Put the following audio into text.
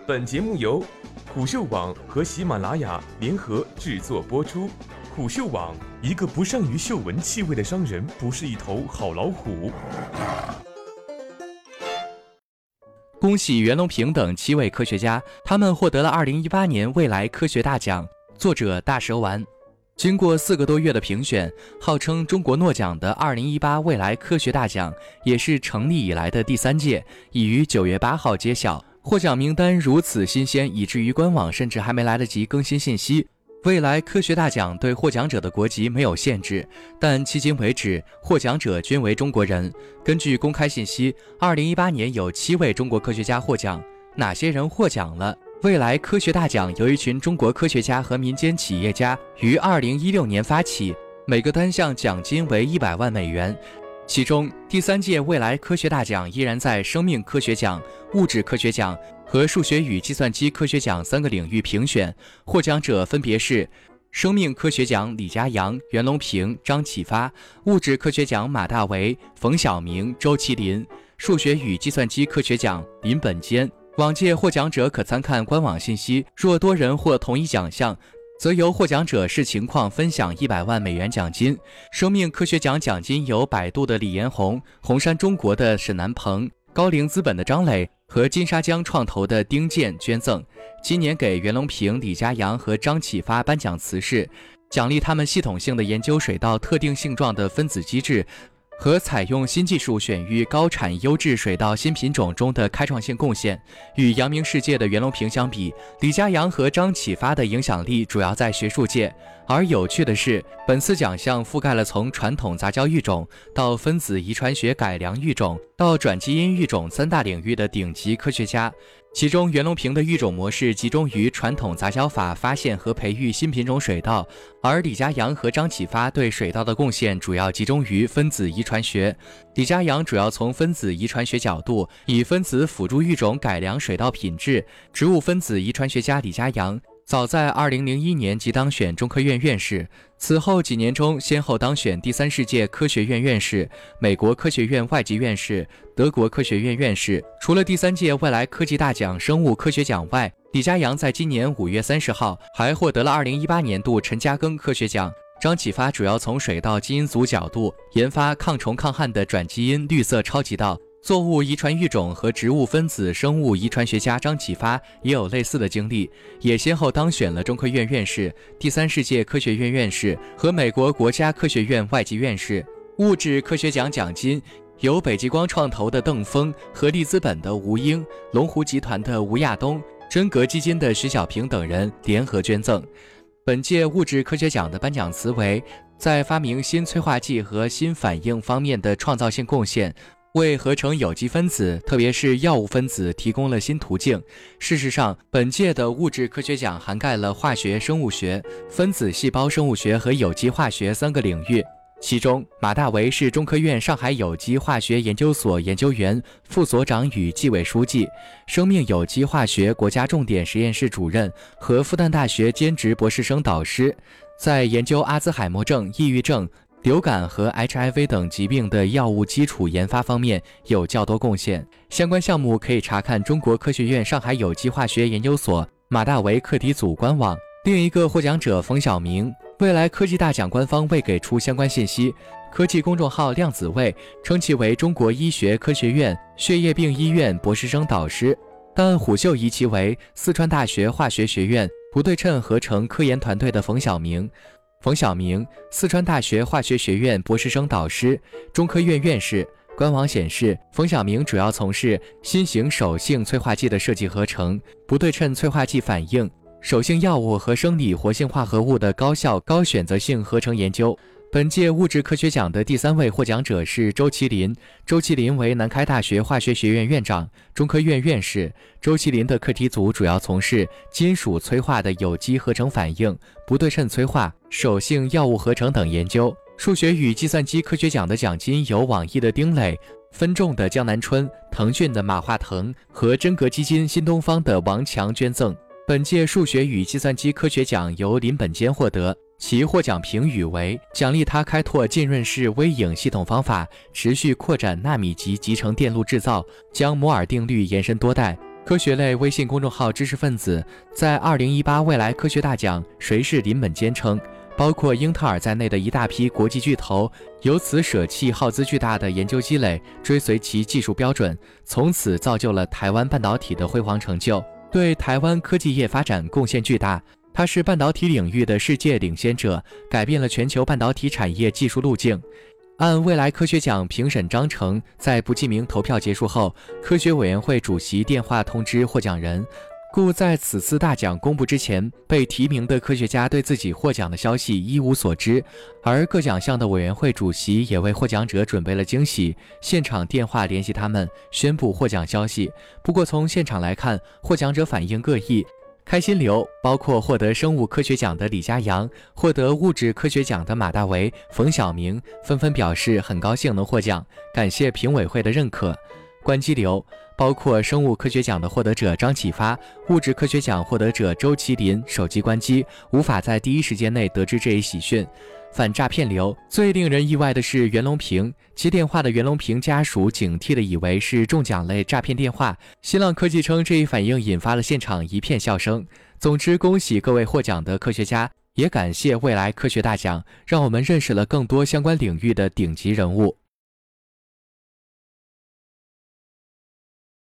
本节目由虎嗅网和喜马拉雅联合制作播出。虎嗅网：一个不善于嗅闻气味的商人不是一头好老虎。 恭喜袁隆平等7位科学家，他们获得了2018年未来科学大奖。作者大蛇丸。经过4个多月的评选，号称中国诺奖的2018未来科学大奖也是成立以来的第3届，已于9月8号揭晓。获奖名单如此新鲜，以至于官网甚至还没来得及更新信息。未来科学大奖对获奖者的国籍没有限制，但迄今为止，获奖者均为中国人。根据公开信息，2018年有7位中国科学家获奖。哪些人获奖了？未来科学大奖由一群中国科学家和民间企业家于2016年发起，每个单项奖金为100万美元。其中，第3届未来科学大奖依然在生命科学奖、物质科学奖和数学与计算机科学奖3个领域评选，获奖者分别是生命科学奖李家扬、袁隆平、张启发，物质科学奖马大为、冯晓明、周麒麟，数学与计算机科学奖林本坚。往届获奖者可参看官网信息，若多人获同一奖项，则由获奖者视情况分享100万美元奖金。生命科学奖奖金由百度的李彦宏、红杉中国的沈南鹏、高瓴资本的张磊和金沙江创投的丁健捐赠。今年给袁隆平、李家扬和张启发颁奖词是奖励他们系统性的研究水稻特定性状的分子机制和采用新技术选育高产优质水稻新品种中的开创性贡献。与扬名世界的袁隆平相比，李家扬和张启发的影响力主要在学术界。而有趣的是，本次奖项覆盖了从传统杂交育种到分子遗传学改良育种到转基因育种3大领域的顶级科学家。其中，袁隆平的育种模式集中于传统杂交法发现和培育新品种水稻，而李家扬和张启发对水稻的贡献主要集中于分子遗传学。李家扬主要从分子遗传学角度，以分子辅助育种改良水稻品质。植物分子遗传学家李家扬早在2001年即当选中科院院士，此后几年中先后当选第30届科学院院士、美国科学院外籍院士、德国科学院院士。除了第3届未来科技大奖生物科学奖外，李家扬在今年5月30号还获得了2018年度陈嘉庚科学奖。张启发主要从水稻基因组角度研发抗虫抗旱的转基因绿色超级稻。作物遗传育种和植物分子生物遗传学家张启发也有类似的经历，也先后当选了中科院院士、第30届科学院院士和美国国家科学院外籍院士。物质科学奖奖金由北极光创投的邓峰、合力资本的吴英、龙湖集团的吴亚东、真格基金的徐小平等人联合捐赠。本届物质科学奖的颁奖词为在发明新催化剂和新反应方面的创造性贡献，为合成有机分子，特别是药物分子提供了新途径。事实上，本届的物质科学奖涵盖了化学生物学、分子细胞生物学和有机化学3个领域。其中，马大为是中科院上海有机化学研究所研究员、副所长与纪委书记，生命有机化学国家重点实验室主任和复旦大学兼职博士生导师，在研究阿兹海默症、抑郁症、流感和 HIV 等疾病的药物基础研发方面有较多贡献。相关项目可以查看中国科学院上海有机化学研究所马大为课题组官网。另一个获奖者冯晓明，未来科技大奖官方未给出相关信息，科技公众号量子位称其为中国医学科学院血液病医院博士生导师，但虎嗅疑其为四川大学化学学院不对称合成科研团队的冯晓明。冯晓明，四川大学化学学院博士生导师，中科院院士。官网显示，冯晓明主要从事新型手性催化剂的设计合成、不对称催化剂反应、手性药物和生理活性化合物的高效高选择性合成研究。本届物质科学奖的第3位获奖者是周麒麟。周麒麟为南开大学化学学院院长、中科院院士。周麒麟的课题组主要从事金属催化的有机合成反应、不对称催化、手性药物合成等研究。数学与计算机科学奖的奖金由网易的丁磊、分众的江南春、腾讯的马化腾和真格基金新东方的王强捐赠。本届数学与计算机科学奖由林本坚获得，其获奖评语为奖励他开拓浸润式微影系统方法，持续扩展纳米级集成电路制造，将摩尔定律延伸多代， 科学类微信公众号知识分子在2018未来科学大奖谁是林本坚称，包括英特尔在内的一大批国际巨头由此舍弃耗资巨大的研究积累，追随其技术标准，从此造就了台湾半导体的辉煌成就，对台湾科技业发展贡献巨大。它是半导体领域的世界领先者，改变了全球半导体产业技术路径。按未来科学奖评审章程，在不记名投票结束后，科学委员会主席电话通知获奖人，故在此次大奖公布之前，被提名的科学家对自己获奖的消息一无所知，而各奖项的委员会主席也为获奖者准备了惊喜，现场电话联系他们，宣布获奖消息。不过从现场来看，获奖者反应各异。开心流包括获得生物科学奖的李家阳，获得物质科学奖的马大为、冯晓明纷纷表示很高兴能获奖，感谢评委会的认可。关机流包括生物科学奖的获得者张启发、物质科学奖获得者周麒麟手机关机，无法在第一时间内得知这一喜讯。反诈骗流最令人意外的是袁隆平，接电话的袁隆平家属警惕地以为是中奖类诈骗电话。新浪科技称这一反应引发了现场一片笑声。总之，恭喜各位获奖的科学家，也感谢未来科学大奖，让我们认识了更多相关领域的顶级人物。